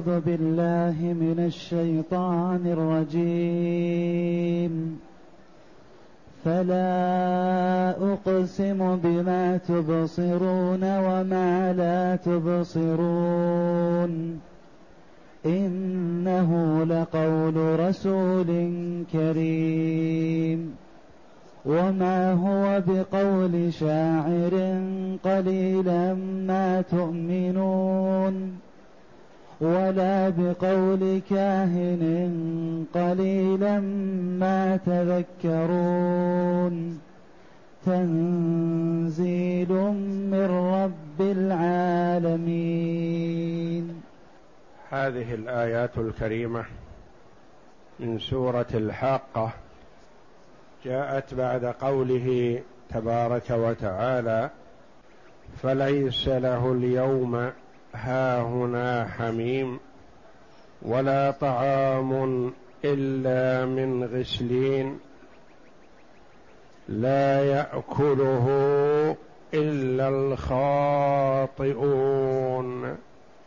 أعوذ بالله من الشيطان الرجيم. فلا أقسم بما تبصرون وما لا تبصرون إنه لقول رسول كريم وما هو بقول شاعر قليلا ما تؤمنون ولا بقول كاهن قليلا ما تذكرون تنزيل من رب العالمين. هذه الآيات الكريمة من سورة الحاقة جاءت بعد قوله تبارك وتعالى: فليس له اليوم هاهنا حميم ولا طعام إلا من غسلين لا يأكله إلا الخاطئون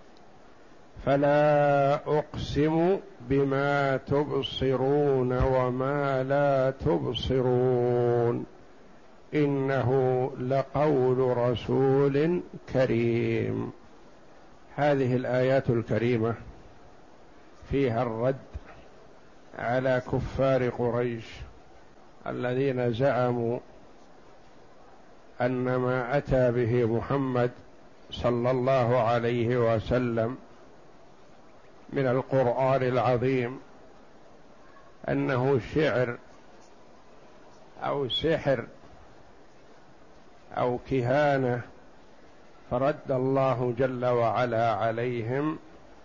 فلا أقسم بما تبصرون وما لا تبصرون إنه لقول رسول كريم. هذه الآيات الكريمة فيها الرد على كفار قريش الذين زعموا أن ما أتى به محمد صلى الله عليه وسلم من القرآن العظيم أنه شعر أو سحر أو كهانة، فرد الله جل وعلا عليهم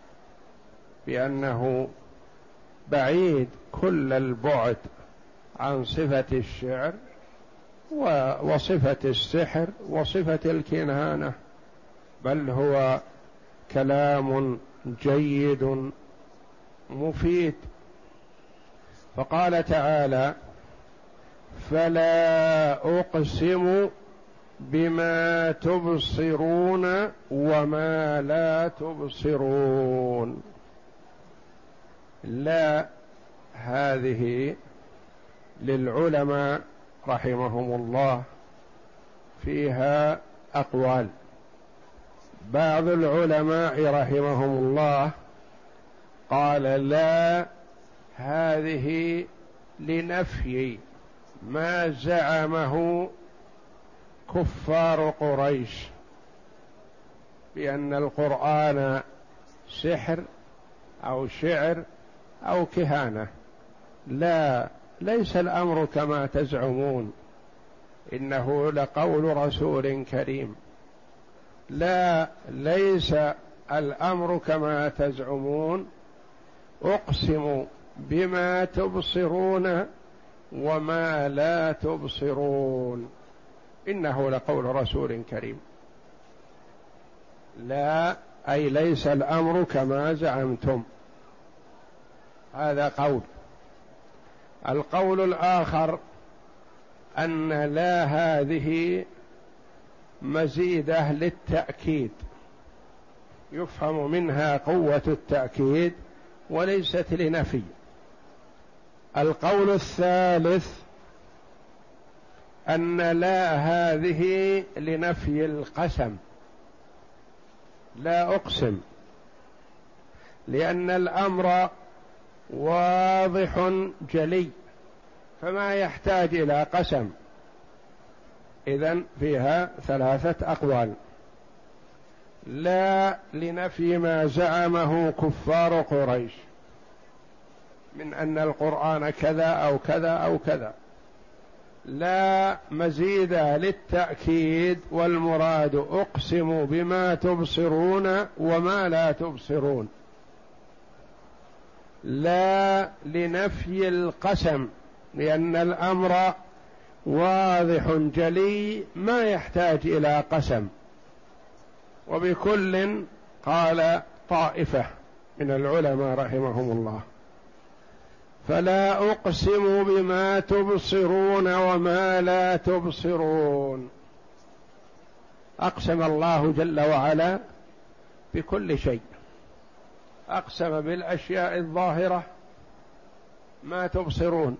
بأنه بعيد كل البعد عن صفة الشعر وصفة السحر وصفة الكهانة، بل هو كلام جيد مفيد. فقال تعالى: فلا أقسم بما تبصرون وما لا تبصرون. لا هذه للعلماء رحمهم الله فيها أقوال. بعض العلماء رحمهم الله قال: لا هذه لنفي ما زعمه كفار قريش بأن القرآن سحر أو شعر أو كهانة. لا، ليس الأمر كما تزعمون، إنه لقول رسول كريم. لا، ليس الأمر كما تزعمون. أقسم بما تبصرون وما لا تبصرون إنه لقول رسول كريم. لا، أي ليس الأمر كما زعمتم. هذا قول. القول الآخر أن لا هذه مزيدة للتأكيد، يفهم منها قوة التأكيد وليست لنفي. القول الثالث أن لا هذه لنفي القسم، لا أقسم، لأن الأمر واضح جلي فما يحتاج إلى قسم. إذن فيها ثلاثة أقوال. لا لنفي ما زعمه كفار قريش من أن القرآن كذا أو كذا أو كذا. لا مزيد للتأكيد، والمراد أقسم بما تبصرون وما لا تبصرون. لا لنفي القسم، لأن الأمر واضح جلي ما يحتاج إلى قسم. وبكل قال طائفة من العلماء رحمهم الله: فلا أقسم بما تبصرون وما لا تبصرون. أقسم الله جل وعلا بكل شيء. أقسم بالأشياء الظاهرة ما تبصرون،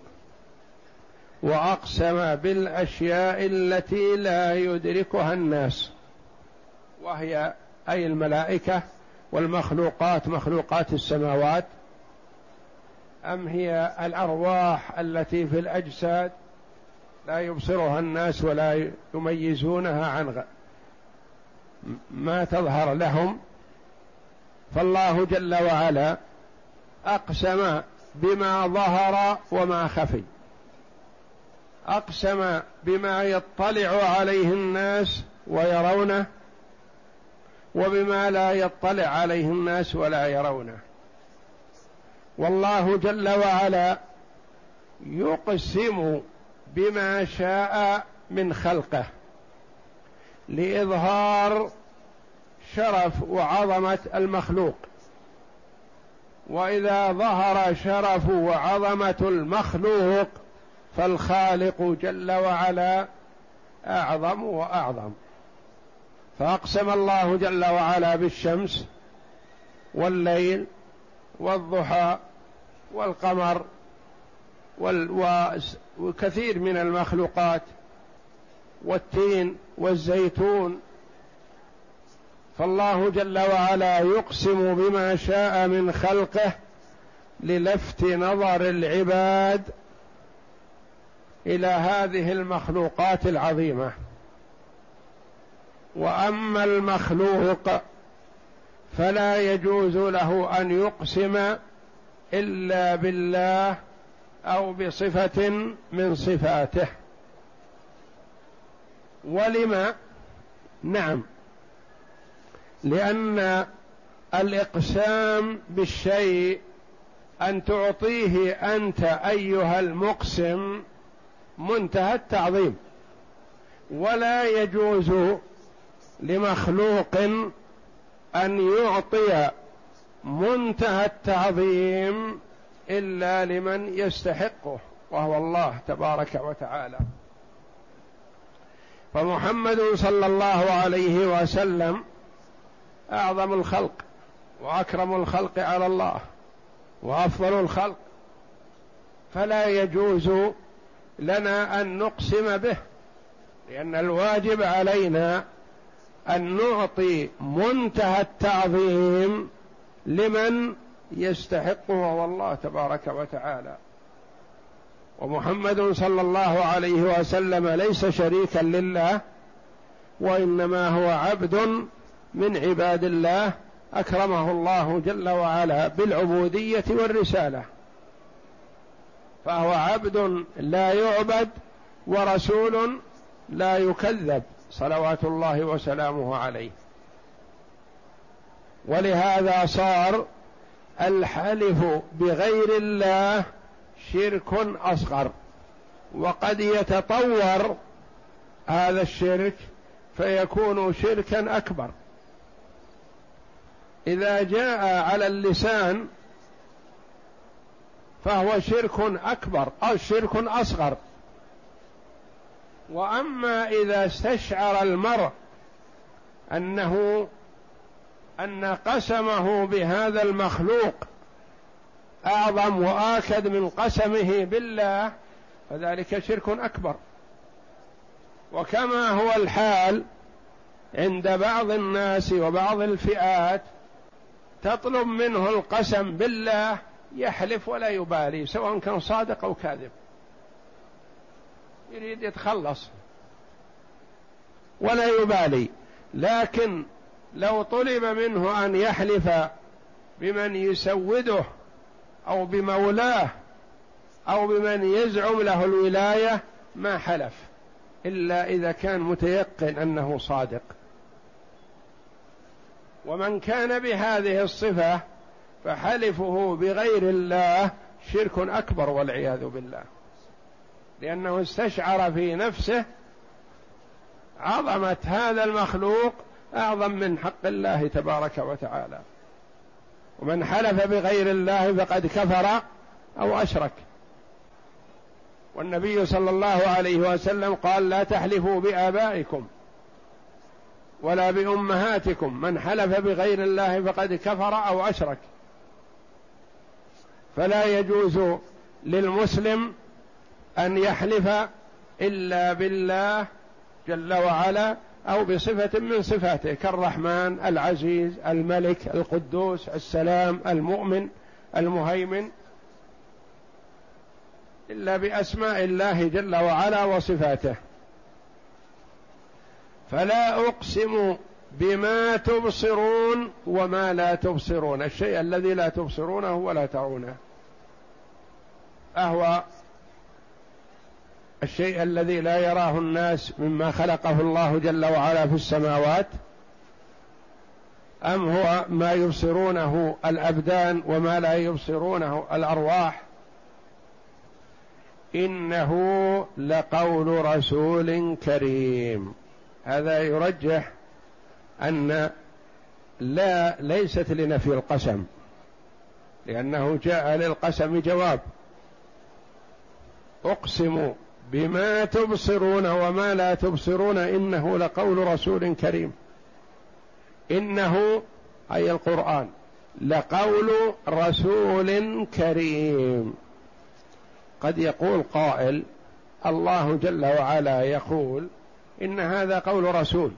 وأقسم بالأشياء التي لا يدركها الناس، وهي أي الملائكة والمخلوقات، مخلوقات السماوات، أم هي الأرواح التي في الأجساد لا يبصرها الناس ولا يميزونها عن ما تظهر لهم. فالله جل وعلا أقسم بما ظهر وما خفي، أقسم بما يطلع عليه الناس ويرونه، وبما لا يطلع عليه الناس ولا يرونه. والله جل وعلا يقسم بما شاء من خلقه لإظهار شرف وعظمة المخلوق، وإذا ظهر شرف وعظمة المخلوق فالخالق جل وعلا أعظم وأعظم. فأقسم الله جل وعلا بالشمس والليل والضحى والقمر وكثير من المخلوقات والتين والزيتون. فالله جل وعلا يقسم بما شاء من خلقه للفت نظر العباد إلى هذه المخلوقات العظيمة. وأما المخلوق فلا يجوز له أن يقسم إلا بالله أو بصفة من صفاته. ولما؟ نعم، لأن الإقسام بالشيء أن تعطيه أنت أيها المقسم منتهى التعظيم، ولا يجوز لمخلوق أن يعطي منتهى التعظيم إلا لمن يستحقه، وهو الله تبارك وتعالى. فمحمد صلى الله عليه وسلم أعظم الخلق وأكرم الخلق على الله وأفضل الخلق، فلا يجوز لنا أن نقسم به، لأن الواجب علينا أن نعطي منتهى التعظيم لمن يستحقه، وهو الله تبارك وتعالى. ومحمد صلى الله عليه وسلم ليس شريكا لله، وإنما هو عبد من عباد الله أكرمه الله جل وعلا بالعبودية والرسالة، فهو عبد لا يعبد ورسول لا يكذب صلوات الله وسلامه عليه. ولهذا صار الحلف بغير الله شرك أصغر، وقد يتطور هذا الشرك فيكون شركا أكبر. إذا جاء على اللسان فهو شرك أكبر أو شرك أصغر. وأما إذا استشعر المرء أن قسمه بهذا المخلوق أعظم وآكد من قسمه بالله فذلك شرك أكبر. وكما هو الحال عند بعض الناس وبعض الفئات تطلب منه القسم بالله يحلف ولا يبالي سواء كان صادق أو كاذب، يريد يتخلص ولا يبالي. لكن لو طلب منه أن يحلف بمن يسوده أو بمولاه أو بمن يزعم له الولاية ما حلف إلا إذا كان متيقن أنه صادق. ومن كان بهذه الصفة فحلفه بغير الله شرك أكبر والعياذ بالله، لأنه استشعر في نفسه عظمة هذا المخلوق أعظم من حق الله تبارك وتعالى. ومن حلف بغير الله فقد كفر أو أشرك. والنبي صلى الله عليه وسلم قال: لا تحلفوا بآبائكم ولا بأمهاتكم، من حلف بغير الله فقد كفر أو أشرك. فلا يجوز للمسلم أن يحلف إلا بالله جل وعلا أو بصفة من صفاته كالرحمن، العزيز، الملك، القدوس، السلام، المؤمن، المهيمن، إلا بأسماء الله جل وعلا وصفاته. فلا أقسم بما تبصرون وما لا تبصرون، الشيء الذي لا تبصرونه ولا ترونه أهو الشيء الذي لا يراه الناس مما خلقه الله جل وعلا في السماوات، أم هو ما يبصرونه الأبدان وما لا يبصرونه الأرواح؟ إنه لقول رسول كريم. هذا يرجح أن ليست لنفي القسم، لأنه جاء للقسم جواب. أقسم بما تبصرون وما لا تبصرون إنه لقول رسول كريم. إنه أي القرآن لقول رسول كريم. قد يقول قائل الله جل وعلا يقول إن هذا قول رسول،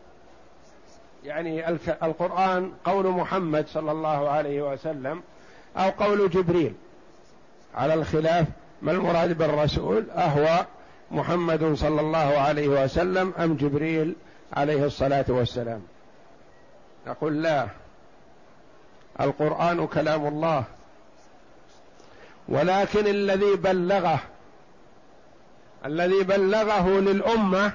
يعني القرآن قول محمد صلى الله عليه وسلم أو قول جبريل، على الخلاف ما المراد بالرسول، أهو محمد صلى الله عليه وسلم أم جبريل عليه الصلاة والسلام؟ نقول لا، القرآن كلام الله، ولكن الذي بلغه للأمة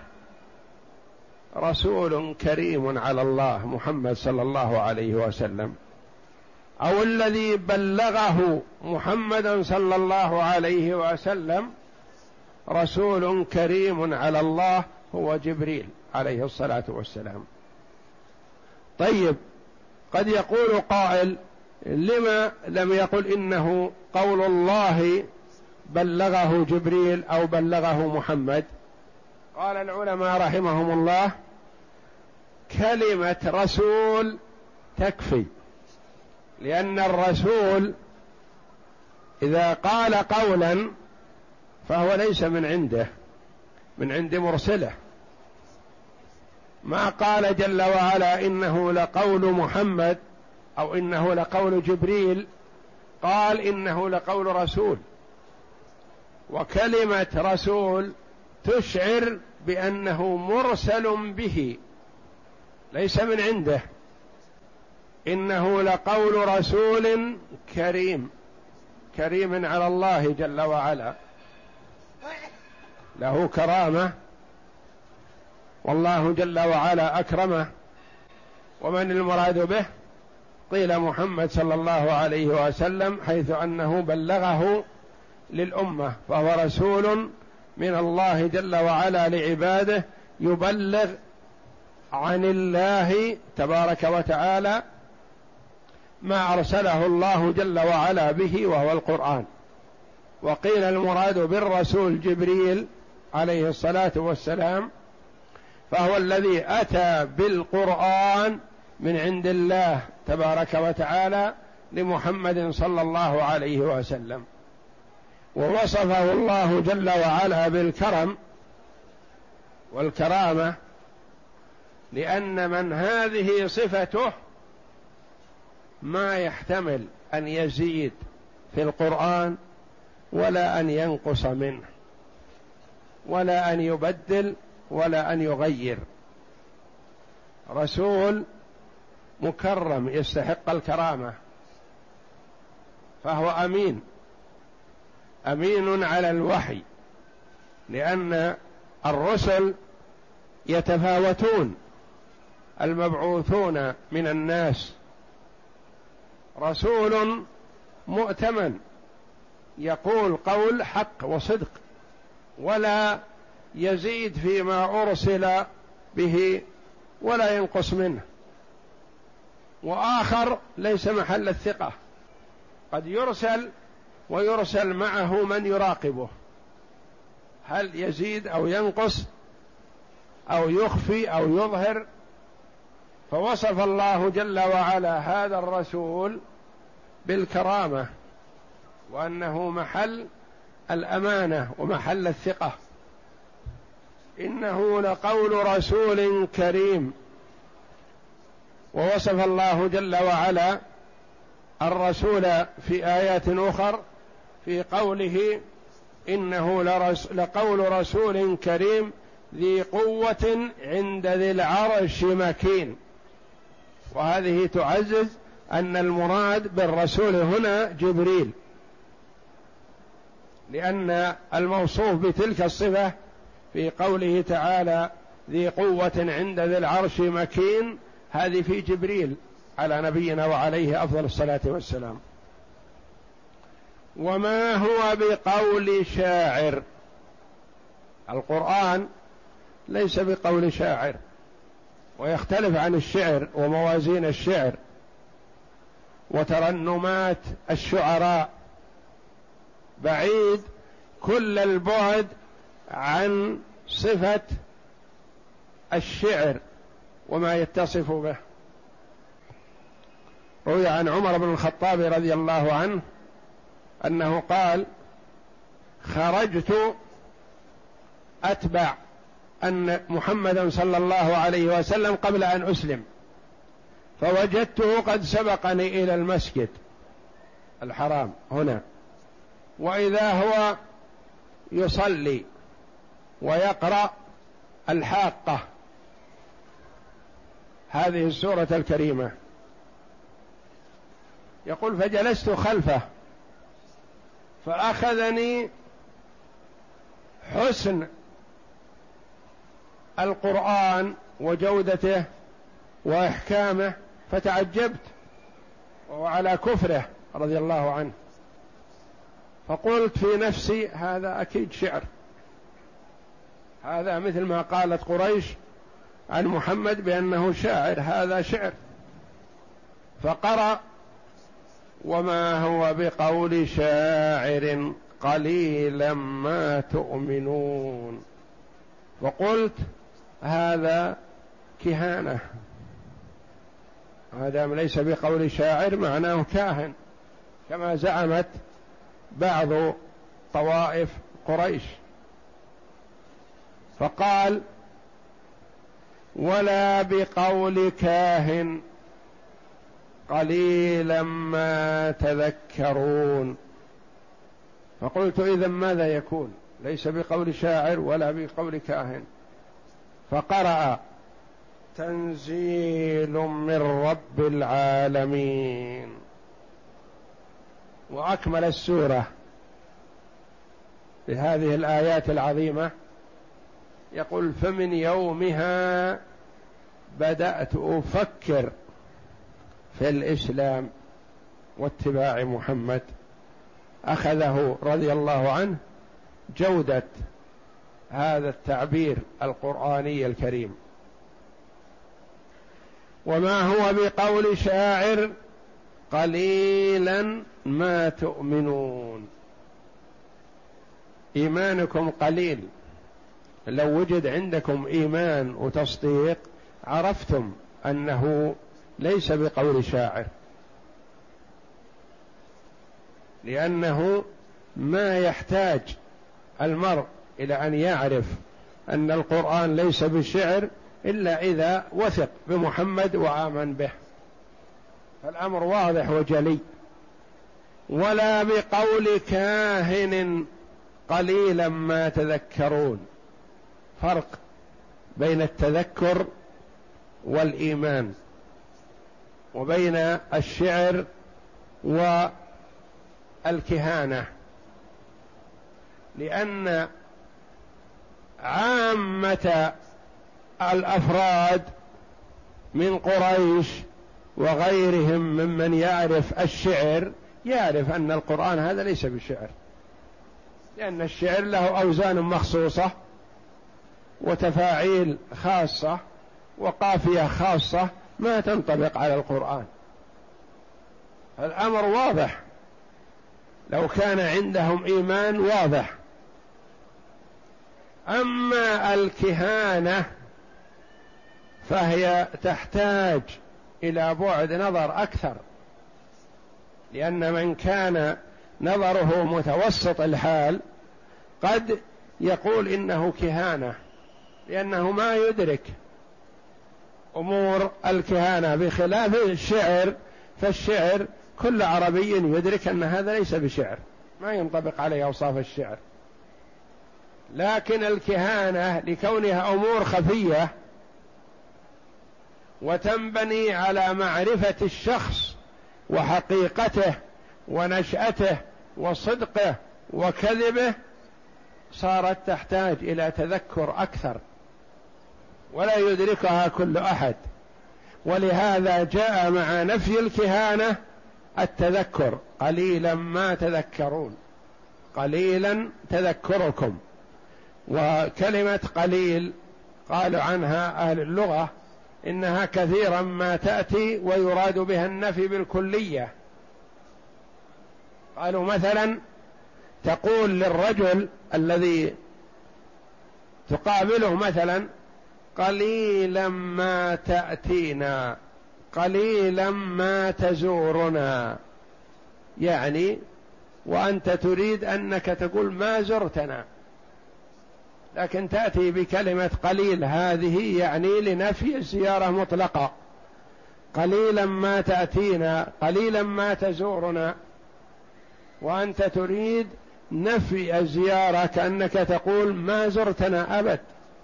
رسول كريم على الله محمد صلى الله عليه وسلم، أو الذي بلغه محمدا صلى الله عليه وسلم رسول كريم على الله هو جبريل عليه الصلاة والسلام. طيب، قد يقول قائل لما لم يقل إنه قول الله بلغه جبريل أو بلغه محمد؟ قال العلماء رحمهم الله كلمة رسول تكفي، لأن الرسول إذا قال قولا فهو ليس من عنده، من عند مرسله. ما قال جل وعلا إنه لقول محمد أو إنه لقول جبريل، قال إنه لقول رسول. وكلمة رسول تشعر بأنه مرسل به ليس من عنده. إنه لقول رسول كريم، كريم على الله جل وعلا، له كرامة، والله جل وعلا أكرمه. ومن المراد به؟ قيل محمد صلى الله عليه وسلم، حيث أنه بلغه للأمة، فهو رسول من الله جل وعلا لعباده، يبلغ عن الله تبارك وتعالى ما أرسله الله جل وعلا به وهو القرآن. وقيل المراد بالرسول جبريل عليه الصلاة والسلام، فهو الذي أتى بالقرآن من عند الله تبارك وتعالى لمحمد صلى الله عليه وسلم. ووصفه الله جل وعلا بالكرم والكرامة، لأن من هذه صفته ما يحتمل أن يزيد في القرآن ولا أن ينقص منه ولا أن يبدل ولا أن يغير. رسول مكرم يستحق الكرامة، فهو أمين، أمين على الوحي، لأن الرسل يتفاوتون، المبعوثون من الناس. رسول مؤتمن يقول قول حق وصدق ولا يزيد فيما أرسل به ولا ينقص منه. وآخر ليس محل الثقة، قد يرسل ويرسل معه من يراقبه، هل يزيد أو ينقص أو يخفي أو يظهر. فوصف الله جل وعلا هذا الرسول بالكرامة وأنه محل الأمانة ومحل الثقة. إنه لقول رسول كريم. ووصف الله جل وعلا الرسول في آيات أخر في قوله إنه لقول رسول كريم ذي قوة عند ذي العرش مكين. وهذه تعزز أن المراد بالرسول هنا جبريل، لأن الموصوف بتلك الصفة في قوله تعالى ذي قوة عند ذي العرش مكين، هذه في جبريل على نبينا وعليه أفضل الصلاة والسلام. وما هو بقول شاعر. القرآن ليس بقول شاعر، ويختلف عن الشعر وموازين الشعر وترنمات الشعراء، بعيد كل البعد عن صفة الشعر وما يتصف به. روي عن عمر بن الخطاب رضي الله عنه أنه قال: خرجت أتبع أن محمدا صلى الله عليه وسلم قبل أن أسلم، فوجدته قد سبقني إلى المسجد الحرام هنا، وإذا هو يصلي ويقرأ الحاقة، هذه السورة الكريمة. يقول: فجلست خلفه فأخذني حسن القرآن وجودته وإحكامه، فتعجبت، وهو على كفره رضي الله عنه، فقلت في نفسي: هذا أكيد شعر، هذا مثل ما قالت قريش عن محمد بأنه شاعر، هذا شعر. فقرأ: وما هو بقول شاعر قليلا ما تؤمنون. وقلت: هذا كهانة، هذا ليس بقول شاعر معناه كاهن، كما زعمت بعض طوائف قريش. فقال: ولا بقول كاهن قليلا ما تذكرون. فقلت: إذن ماذا يكون؟ ليس بقول شاعر ولا بقول كاهن. فقرأ: تنزيل من رب العالمين، وأكمل السورة بهذه الآيات العظيمة. يقول: فمن يومها بدأت أفكر في الإسلام واتباع محمد. أخذه رضي الله عنه جودة هذا التعبير القرآني الكريم. وما هو بقول شاعر قليلا ما تؤمنون. إيمانكم قليل، لو وجد عندكم إيمان وتصديق عرفتم أنه ليس بقول شاعر، لأنه ما يحتاج المرء إلى أن يعرف أن القرآن ليس بالشعر إلا إذا وثق بمحمد وآمن به، فالأمر واضح وجلي. ولا بقول كاهن قليلا ما تذكرون. فرق بين التذكر والإيمان، وبين الشعر والكهانة، لأن عامة الأفراد من قريش وغيرهم ممن يعرف الشعر يعرف أن القرآن هذا ليس بالشعر، لأن الشعر له أوزان مخصوصة وتفاعيل خاصة وقافية خاصة ما تنطبق على القرآن. الأمر واضح، لو كان عندهم إيمان واضح. أما الكهانة فهي تحتاج إلى بعد نظر أكثر، لأن من كان نظره متوسط الحال قد يقول إنه كهانة، لأنه ما يدرك أمور الكهانة، بخلاف الشعر، فالشعر كل عربي يدرك أن هذا ليس بشعر، ما ينطبق عليه أوصاف الشعر. لكن الكهانة لكونها أمور خفية وتنبني على معرفة الشخص وحقيقته ونشأته وصدقه وكذبه، صارت تحتاج إلى تذكر أكثر ولا يدركها كل أحد. ولهذا جاء مع نفي الكهانة التذكر، قليلا ما تذكرون، قليلا تذكركم. وكلمة قليل قالوا عنها أهل اللغة إنها كثيرا ما تأتي ويراد بها النفي بالكلية. قالوا مثلا تقول للرجل الذي تقابله مثلا قليلا ما تأتينا، قليلا ما تزورنا، يعني وأنت تريد أنك تقول ما زرتنا، لكن تأتي بكلمة قليل هذه يعني لنفي الزيارة مطلقة. قليلا ما تأتينا، قليلا ما تزورنا، وأنت تريد نفي الزيارة، كأنك تقول ما زرتنا أبد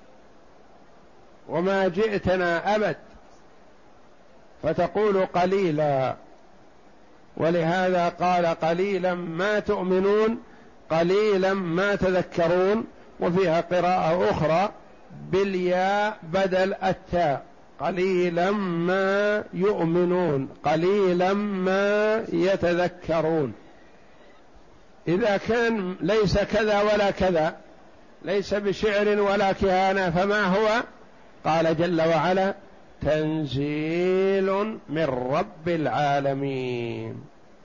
وما جئتنا أبد، فتقول قليلا. ولهذا قال قليلا ما تؤمنون، قليلا ما تذكرون. وفيها قراءة أخرى بالياء بدل التاء، قليلا ما يؤمنون، قليلا ما يتذكرون. إذا كان ليس كذا ولا كذا، ليس بشعر ولا كهانة، فما هو؟ قال جل وعلا تنزيل من رب العالمين.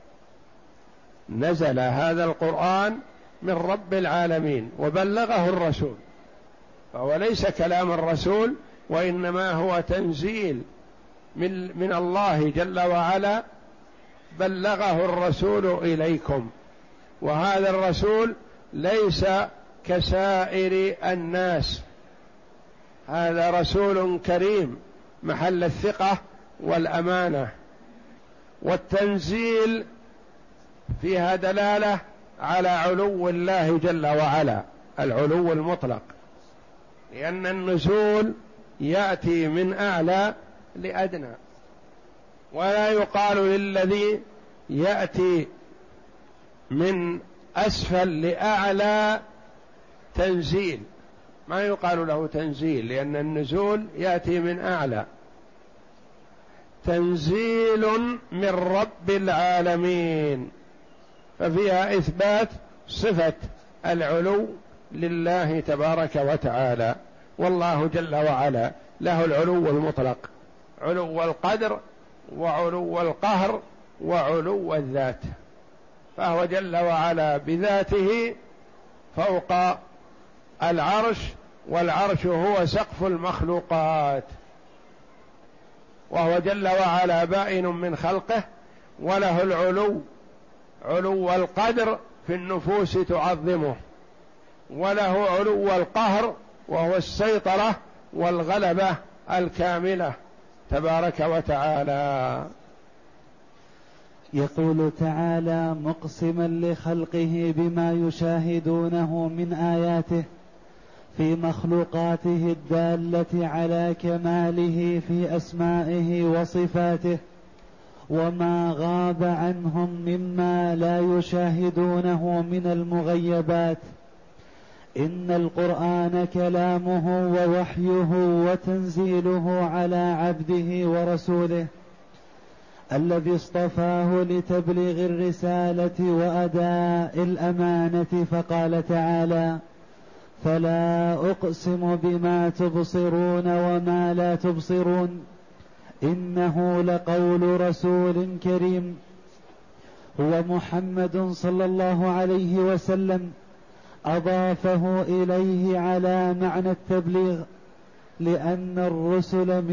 نزل هذا القرآن من رب العالمين وبلغه الرسول، فهو ليس كلام الرسول، وإنما هو تنزيل من الله جل وعلا، بلغه الرسول إليكم. وهذا الرسول ليس كسائر الناس، هذا رسول كريم محل الثقة والأمانة. والتنزيل فيها دلالة على علو الله جل وعلا، العلو المطلق، لأن النزول يأتي من أعلى لأدنى، ولا يقال للذي يأتي من أسفل لأعلى تنزيل، ما يقال له تنزيل، لأن النزول يأتي من أعلى. تنزيل من رب العالمين، ففيها إثبات صفة العلو لله تبارك وتعالى. والله جل وعلا له العلو المطلق، علو القدر وعلو القهر وعلو الذات، فهو جل وعلا بذاته فوق العرش، والعرش هو سقف المخلوقات، وهو جل وعلا بائن من خلقه، وله العلو، علو القدر في النفوس تعظمه، وله علو القهر وهو السيطرة والغلبة الكاملة تبارك وتعالى. يقول تعالى مقسما لخلقه بما يشاهدونه من آياته في مخلوقاته الدالة على كماله في أسمائه وصفاته، وما غاب عنهم مما لا يشاهدونه من المغيبات. إن القرآن كلامه ووحيه وتنزيله على عبده ورسوله الذي اصطفاه لتبليغ الرسالة وأداء الأمانة. فقال تعالى: فلا أقسم بما تبصرون وما لا تبصرون إنه لقول رسول كريم. هو محمد صلى الله عليه وسلم، أضافه إليه على معنى التبليغ، لأن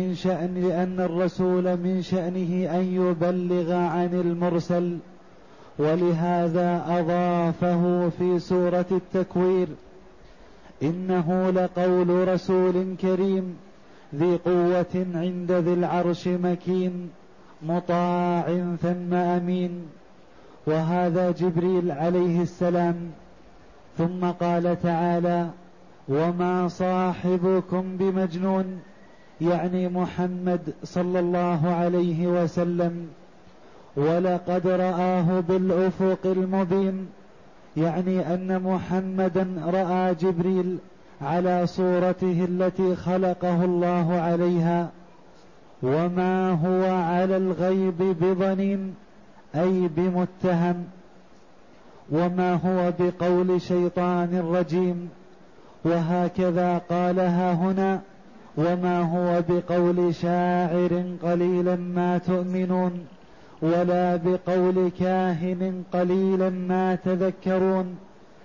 الرسول من شأنه أن يبلغ عن المرسل، ولهذا أضافه في سورة التكوير: إنه لقول رسول كريم ذي قوة عند ذي العرش مكين مطاع ثم أمين. وهذا جبريل عليه السلام. ثم قال تعالى: وما صاحبكم بمجنون، يعني محمد صلى الله عليه وسلم. ولقد رآه بالأفق المبين، يعني أن محمدا رأى جبريل على صورته التي خلقه الله عليها. وما هو على الغيب بضنين، أي بمتهم. وما هو بقول شيطان رجيم. وهكذا قالها هنا: وما هو بقول شاعر قليلا ما تؤمنون، ولا بقول كاهن قليلا ما تذكرون.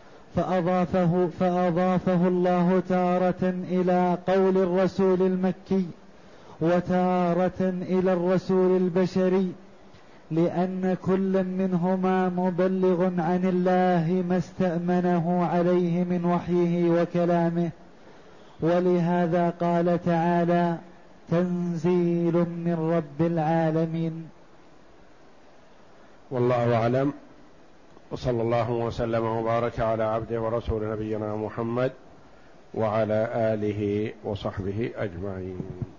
فأضافه الله تارة إلى قول الرسول المكي، وتارة إلى الرسول البشري، لأن كل منهما مبلغ عن الله ما استأمنه عليه من وحيه وكلامه. ولهذا قال تعالى: تنزيل من رب العالمين. والله أعلم، وصلى الله وسلم وبارك على عبده ورسول نبينا محمد وعلى آله وصحبه أجمعين.